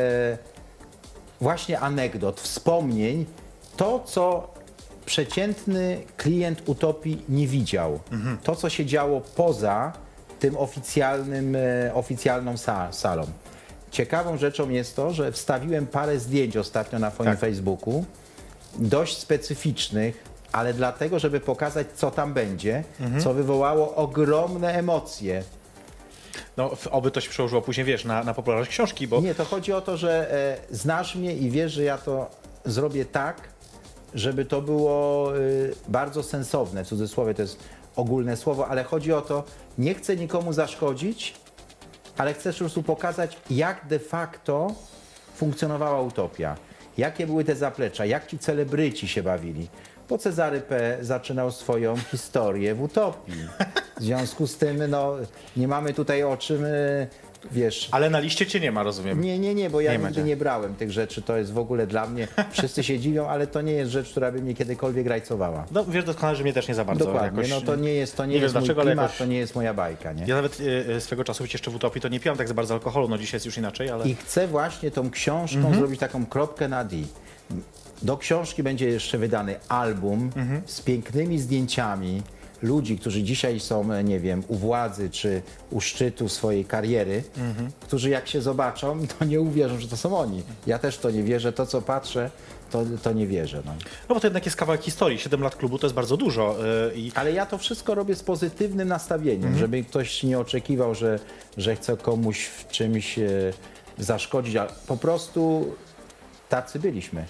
właśnie anegdot, wspomnień, to co przeciętny klient Utopii nie widział. To co się działo poza tym oficjalną salą. Ciekawą rzeczą jest to, że wstawiłem parę zdjęć ostatnio na swoim Tak. Facebooku, dość specyficznych, ale dlatego, żeby pokazać, co tam będzie, co wywołało ogromne emocje. No, oby to się przełożyło później, wiesz, na popularność książki, bo... Nie, to chodzi o to, że znasz mnie i wiesz, że ja to zrobię tak, żeby to było bardzo sensowne. W cudzysłowie to jest ogólne słowo, ale chodzi o to, nie chcę nikomu zaszkodzić, ale chcę po prostu pokazać, jak de facto funkcjonowała Utopia. Jakie były te zaplecza, jak ci celebryci się bawili. Bo Cezary P. zaczynał swoją historię w Utopii. W związku z tym, no, nie mamy tutaj o czym, wiesz... Ale na liście cię nie ma, rozumiem. Nie, bo ja Nie nigdy będzie. nie brałem tych rzeczy. To jest w ogóle dla mnie, wszyscy się dziwią, ale to nie jest rzecz, która by mnie kiedykolwiek rajcowała. No, wiesz doskonale, że mnie też nie za bardzo. Dokładnie, Jakoś, no to nie jest, nie mój wiem dlaczego, ale klimat, jakoś- to nie jest moja bajka, nie? Ja nawet swego czasu jeszcze w Utopii to nie piłem tak za bardzo alkoholu, no dzisiaj jest już inaczej, ale... I chcę właśnie tą książką zrobić taką kropkę na D. Do książki będzie jeszcze wydany album z pięknymi zdjęciami, ludzi, którzy dzisiaj są, nie wiem, u władzy czy u szczytu swojej kariery, którzy jak się zobaczą, to nie uwierzą, że to są oni. Ja też to nie wierzę, to co patrzę, to nie wierzę. No. No bo to jednak jest kawałek historii. 7 lat klubu to jest bardzo dużo. Ale ja to wszystko robię z pozytywnym nastawieniem, żeby ktoś nie oczekiwał, że chce komuś w czymś zaszkodzić, a po prostu tacy byliśmy.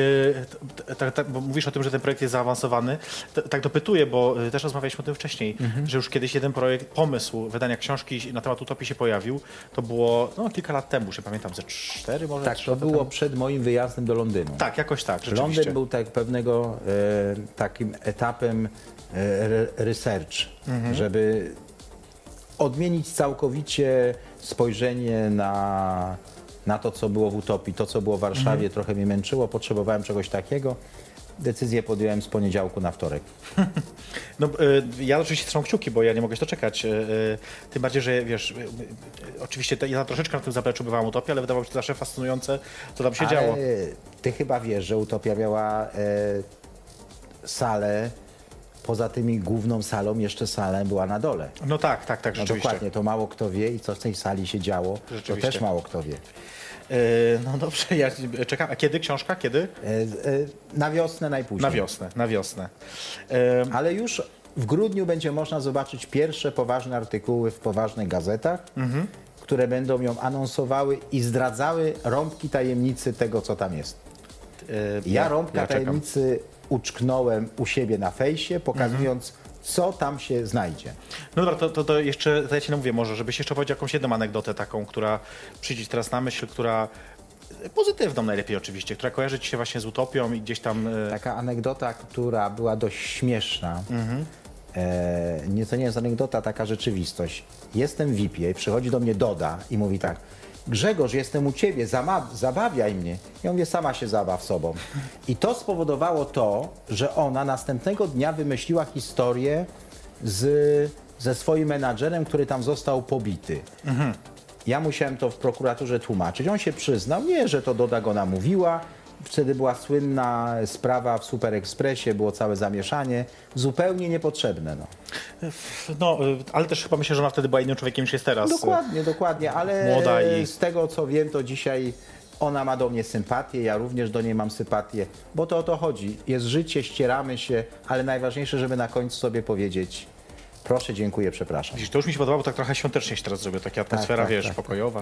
Bo mówisz o tym, że ten projekt jest zaawansowany. Tak dopytuję, bo też rozmawialiśmy o tym wcześniej, że już kiedyś jeden pomysł wydania książki na temat utopii się pojawił. To było kilka lat temu, już nie pamiętam, ze 4 może Tak, 3 to lata było temu. przed moim wyjazdem do Londynu. Tak, jakoś tak, rzeczywiście. Londyn był tak pewnego takim etapem research, żeby odmienić całkowicie spojrzenie na to, co było w Utopii, to, co było w Warszawie, trochę mnie męczyło, potrzebowałem czegoś takiego. Decyzję podjąłem z poniedziałku na wtorek. No, ja oczywiście trzymam kciuki, bo ja nie mogę się doczekać. Tym bardziej, że wiesz, oczywiście ja troszeczkę na tym zapleczu bywałem Utopii, ale wydawało mi się to zawsze fascynujące, co tam się działo. Ty chyba wiesz, że Utopia miała salę, poza tymi główną salą, jeszcze sala była na dole. No tak, No rzeczywiście. dokładnie, to mało kto wie i co w tej sali się działo, to Rzeczywiście. też mało kto wie. No dobrze, ja czekam. A kiedy książka? Kiedy? Na wiosnę najpóźniej. Na wiosnę. Ale już w grudniu będzie można zobaczyć pierwsze poważne artykuły w poważnych gazetach, które będą ją anonsowały i zdradzały rąbki tajemnicy tego, co tam jest. Ja rąbka czekam. tajemnicy uczknąłem u siebie na fejsie, pokazując, co tam się znajdzie. No dobra, to jeszcze, to ja ci namówię może, żebyś jeszcze powiedział jakąś jedną anegdotę taką, która przyjdzie ci teraz na myśl, która pozytywną najlepiej oczywiście, która kojarzy ci się właśnie z utopią i gdzieś tam... Taka anegdota, która była dość śmieszna. To nie jest anegdota, taka rzeczywistość. Jestem w VIP-ie i przychodzi do mnie Doda i mówi tak: Grzegorz, jestem u ciebie, zabawiaj mnie. Ja mówię, sama się zabaw sobą. I to spowodowało to, że ona następnego dnia wymyśliła historię ze swoim menadżerem, który tam został pobity. Ja musiałem to w prokuraturze tłumaczyć. On się przyznał, nie, że to Doda go namówiła. Wtedy była słynna sprawa w Super Expressie, było całe zamieszanie. Zupełnie niepotrzebne. No. No, ale też chyba myślę, że ona wtedy była innym człowiekiem niż jest teraz. Dokładnie, ale Młoda i... z tego co wiem, to dzisiaj ona ma do mnie sympatię, ja również do niej mam sympatię, bo to o to chodzi. Jest życie, ścieramy się, ale najważniejsze, żeby na końcu sobie powiedzieć: proszę, dziękuję, przepraszam. Widzisz, to już mi się podobało, tak trochę świątecznie się teraz zrobię, taka atmosfera, tak, wiesz, tak, pokojowa.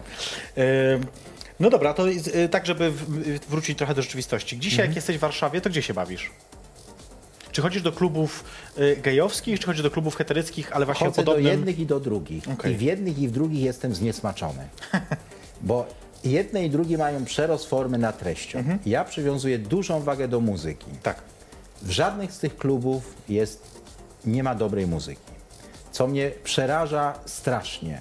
No dobra, to tak, żeby wrócić trochę do rzeczywistości. Dzisiaj, jak jesteś w Warszawie, to gdzie się bawisz? Czy chodzisz do klubów gejowskich, czy chodzisz do klubów heteryckich, ale właśnie Chodzę o podobnym... do jednych i do drugich. Okej. I w jednych i w drugich jestem zniesmaczony. Bo jedne i drugie mają przerost formy nad treścią. Ja przywiązuję dużą wagę do muzyki. Tak. W żadnych z tych klubów nie ma dobrej muzyki. Co mnie przeraża strasznie.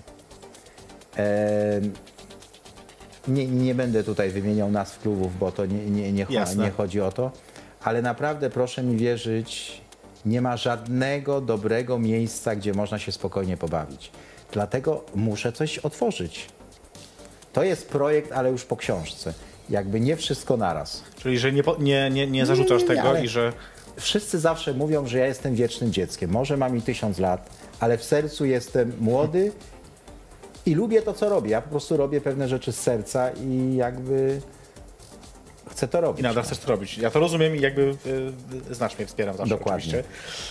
Nie będę tutaj wymieniał nazw klubów, bo to nie chodzi o to. Ale naprawdę proszę mi wierzyć, nie ma żadnego dobrego miejsca, gdzie można się spokojnie pobawić. Dlatego muszę coś otworzyć. To jest projekt, ale już po książce. Jakby nie wszystko naraz. Czyli, że nie zarzucasz tego ale i że... Wszyscy zawsze mówią, że ja jestem wiecznym dzieckiem. Może mam i 1000 lat, ale w sercu jestem młody i lubię to, co robię. Ja po prostu robię pewne rzeczy z serca i jakby chcę to robić. I nadal chcesz to robić. Ja to rozumiem i jakby znacznie wspieram zawsze. Dokładnie. Oczywiście.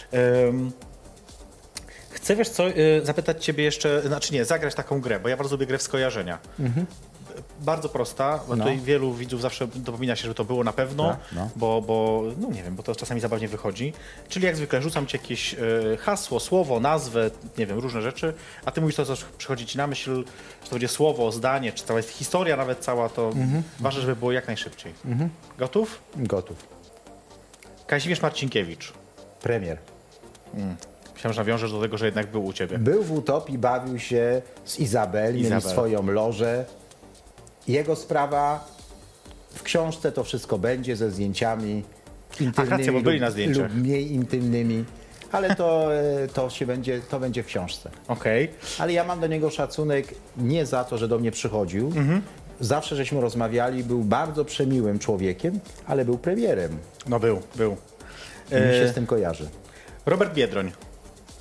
Chcę, wiesz co, zapytać ciebie jeszcze, znaczy nie, zagrać taką grę, bo ja bardzo lubię grę w skojarzenia. Bardzo prosta, bo tutaj wielu widzów zawsze dopomina się, że to było na pewno, bo no nie wiem, bo to czasami zabawnie wychodzi. Czyli jak zwykle rzucam ci jakieś hasło, słowo, nazwę, nie wiem, różne rzeczy, a ty mówisz to, co przychodzi ci na myśl, czy to będzie słowo, zdanie, czy cała jest historia nawet cała, to ważne, żeby było jak najszybciej. Gotów? Gotów. Kazimierz Marcinkiewicz. Premier. Myślałem, że nawiążesz do tego, że jednak był u ciebie. Był w Utopii, bawił się z Izabel, mieli swoją lożę. Jego sprawa, w książce to wszystko będzie ze zdjęciami intymnymi racja, bo byli na zdjęciach. lub mniej intymnymi, ale to będzie w książce. Okej. Ale ja mam do niego szacunek nie za to, że do mnie przychodził. Zawsze żeśmy rozmawiali, był bardzo przemiłym człowiekiem, ale był premierem. No był. I mi się z tym kojarzy. Robert Biedroń.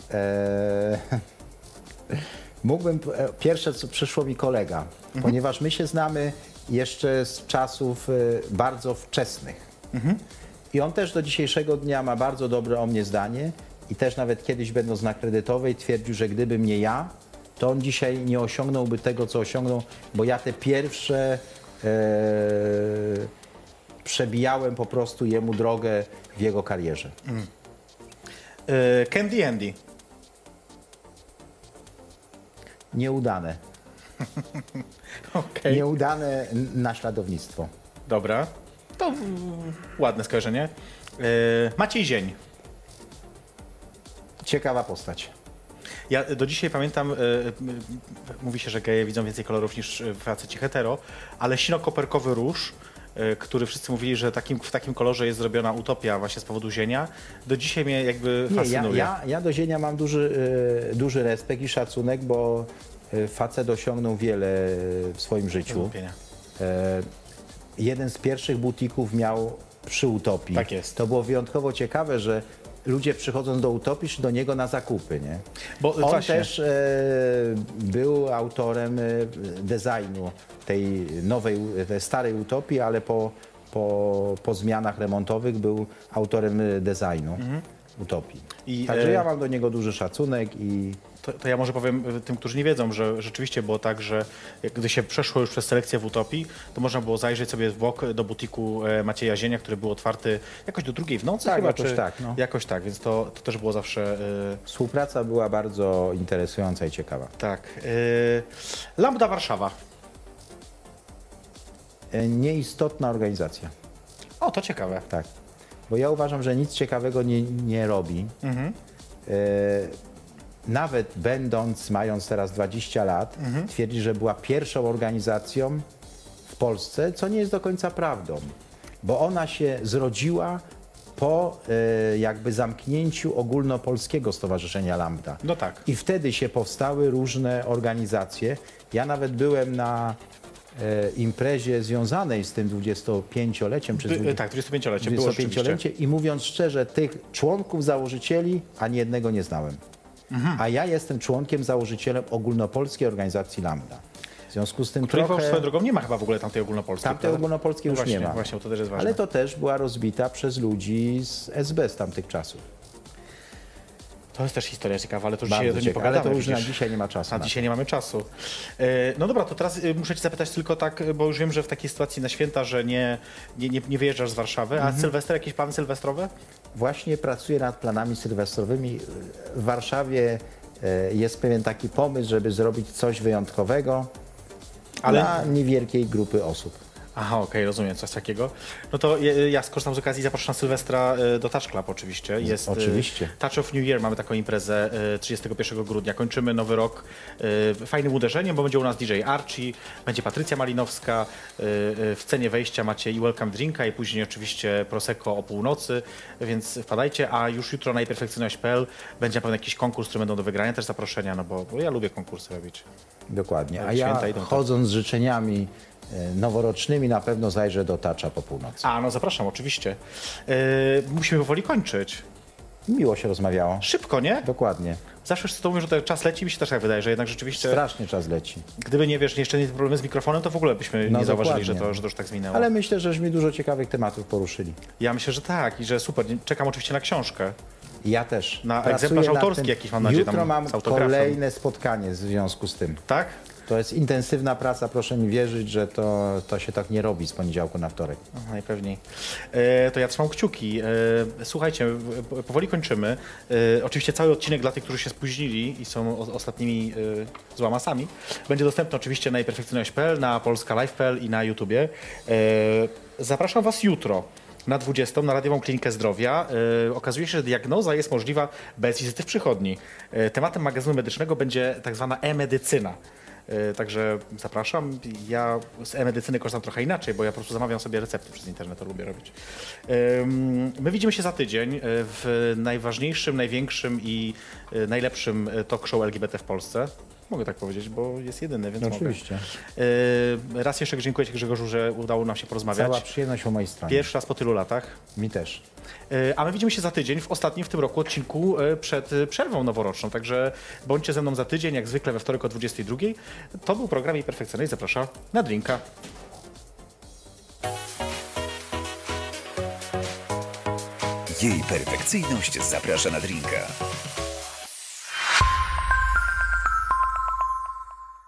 Mógłbym, pierwsze co przyszło mi kolega, ponieważ my się znamy jeszcze z czasów bardzo wczesnych. I on też do dzisiejszego dnia ma bardzo dobre o mnie zdanie i też nawet kiedyś będąc na kredytowej twierdził, że gdybym nie ja, to on dzisiaj nie osiągnąłby tego, co osiągnął, bo ja te pierwsze przebijałem po prostu jemu drogę w jego karierze. Candy Andy. Nieudane. Okej. Nieudane naśladownictwo. Dobra. To ładne skojarzenie. Maciej Zień. Ciekawa postać. Ja do dzisiaj pamiętam, mówi się, że geje widzą więcej kolorów niż faceci hetero, ale sino-koperkowy róż, który wszyscy mówili, że w takim kolorze jest zrobiona utopia właśnie z powodu zienia, do dzisiaj mnie jakby fascynuje. Ja do Zienia mam duży respekt i szacunek, bo facet osiągnął wiele w swoim życiu. Lubienia. Jeden z pierwszych butików miał przy Utopii. Tak jest. To było wyjątkowo ciekawe, że ludzie przychodząc do Utopii szli do niego na zakupy, nie? Bo On właśnie. też był autorem designu tej nowej, tej starej Utopii, ale po zmianach remontowych był autorem designu Utopii. Także ja mam do niego duży szacunek i To ja może powiem tym, którzy nie wiedzą, że rzeczywiście było tak, że gdy się przeszło już przez selekcję w Utopii, to można było zajrzeć sobie w bok do butiku Macieja Zienia, który był otwarty jakoś do 2 w nocy Tak, chyba, jakoś tak, no. Jakoś tak, więc to też było zawsze współpraca była bardzo interesująca i ciekawa. tak. Lambda Warszawa. Nieistotna organizacja, O, to ciekawe. tak. Bo ja uważam, że nic ciekawego nie robi. Nawet mając teraz 20 lat, twierdzi, że była pierwszą organizacją w Polsce, co nie jest do końca prawdą. Bo ona się zrodziła po jakby zamknięciu ogólnopolskiego Stowarzyszenia Lambda. No tak. I wtedy się powstały różne organizacje. Ja nawet byłem na imprezie związanej z tym 25-leciem. Tak, 25-lecie było rzeczywiście. 25-lecie i mówiąc szczerze, tych członków, założycieli, ani jednego nie znałem. A ja jestem członkiem, założycielem ogólnopolskiej organizacji Lambda. W związku z tym Której trochę... swoją drogą nie ma chyba w ogóle tamtej ogólnopolskiej. Tamtej prawda? ogólnopolskiej No już właśnie, nie ma. Właśnie, to też jest ważne. Ale to też była rozbita przez ludzi z SB z tamtych czasów. To jest też historia ciekawa, ale to już Bardzo dzisiaj o tym nie ciekawe, ale pogadamy. to już na widzisz. dzisiaj nie ma czasu. A na to. dzisiaj nie mamy czasu. No dobra, to teraz muszę cię zapytać tylko tak, bo już wiem, że w takiej sytuacji na święta, że nie wyjeżdżasz z Warszawy, a Sylwester, jakieś plany sylwestrowe? Właśnie pracuję nad planami sylwestrowymi. W Warszawie jest pewien taki pomysł, żeby zrobić coś wyjątkowego dla niewielkiej grupy osób. Aha, okej, rozumiem, coś takiego. No to ja skorzystam z okazji i zapraszam na Sylwestra do Touch Club oczywiście. Jest Oczywiście. Touch of New Year, mamy taką imprezę 31 grudnia. Kończymy nowy rok fajnym uderzeniem, bo będzie u nas DJ Archie, będzie Patrycja Malinowska, w cenie wejścia macie i welcome drinka i później oczywiście Prosecco o północy, więc wpadajcie, a już jutro na perfekcyjność.pl będzie na pewno jakiś konkurs, który będą do wygrania, też zaproszenia, no bo ja lubię konkursy robić. Dokładnie. A Jak święta ja idą, tak. chodząc z życzeniami noworocznymi na pewno zajrzę do Toucha po północy. A, no zapraszam, oczywiście. Musimy powoli kończyć. Miło się rozmawiało. Szybko, nie? Dokładnie. Zawsze wszyscy to mówią, że ten czas leci, mi się też tak wydaje, że jednak rzeczywiście, Strasznie czas leci. gdyby nie wiesz, jeszcze nie problemy z mikrofonem, to w ogóle byśmy No nie zauważyli, dokładnie. że to już tak zwinęło. Ale myślę, żeśmy dużo ciekawych tematów poruszyli. Ja myślę, że tak i że super. Czekam oczywiście na książkę. Ja też. Na Pracuję egzemplarz nad autorski tym. jakiś, mam nadzieję, Jutro tam mam z autografem. kolejne spotkanie w związku z tym. Tak? To jest intensywna praca, proszę mi wierzyć, że to się tak nie robi z poniedziałku na wtorek. No, najpewniej. To ja trzymam kciuki. Słuchajcie, powoli kończymy. Oczywiście cały odcinek dla tych, którzy się spóźnili i są ostatnimi złamasami, będzie dostępny oczywiście na perfekcyjność.pl, na polskalive.pl i na YouTubie. Zapraszam Was jutro na 20 na Radiową Klinikę Zdrowia. Okazuje się, że diagnoza jest możliwa bez wizyty w przychodni. Tematem magazynu medycznego będzie tak zwana e-medycyna. Także zapraszam. Ja z e-medycyny korzystam trochę inaczej, bo ja po prostu zamawiam sobie recepty przez internet, to lubię robić. My widzimy się za tydzień w najważniejszym, największym i najlepszym talk show LGBT w Polsce. mogę tak powiedzieć, bo jest jedyny, więc No, mogę. oczywiście. Raz jeszcze dziękuję Ci, Grzegorzu, że udało nam się porozmawiać. Cała przyjemność po mojej stronie. Pierwszy raz po tylu latach. Mi też. A my widzimy się za tydzień, w ostatnim w tym roku odcinku przed przerwą noworoczną. Także bądźcie ze mną za tydzień, jak zwykle we wtorek o 22. To był program Jej Perfekcyjność. Zapraszam na drinka. Jej perfekcyjność zaprasza na drinka.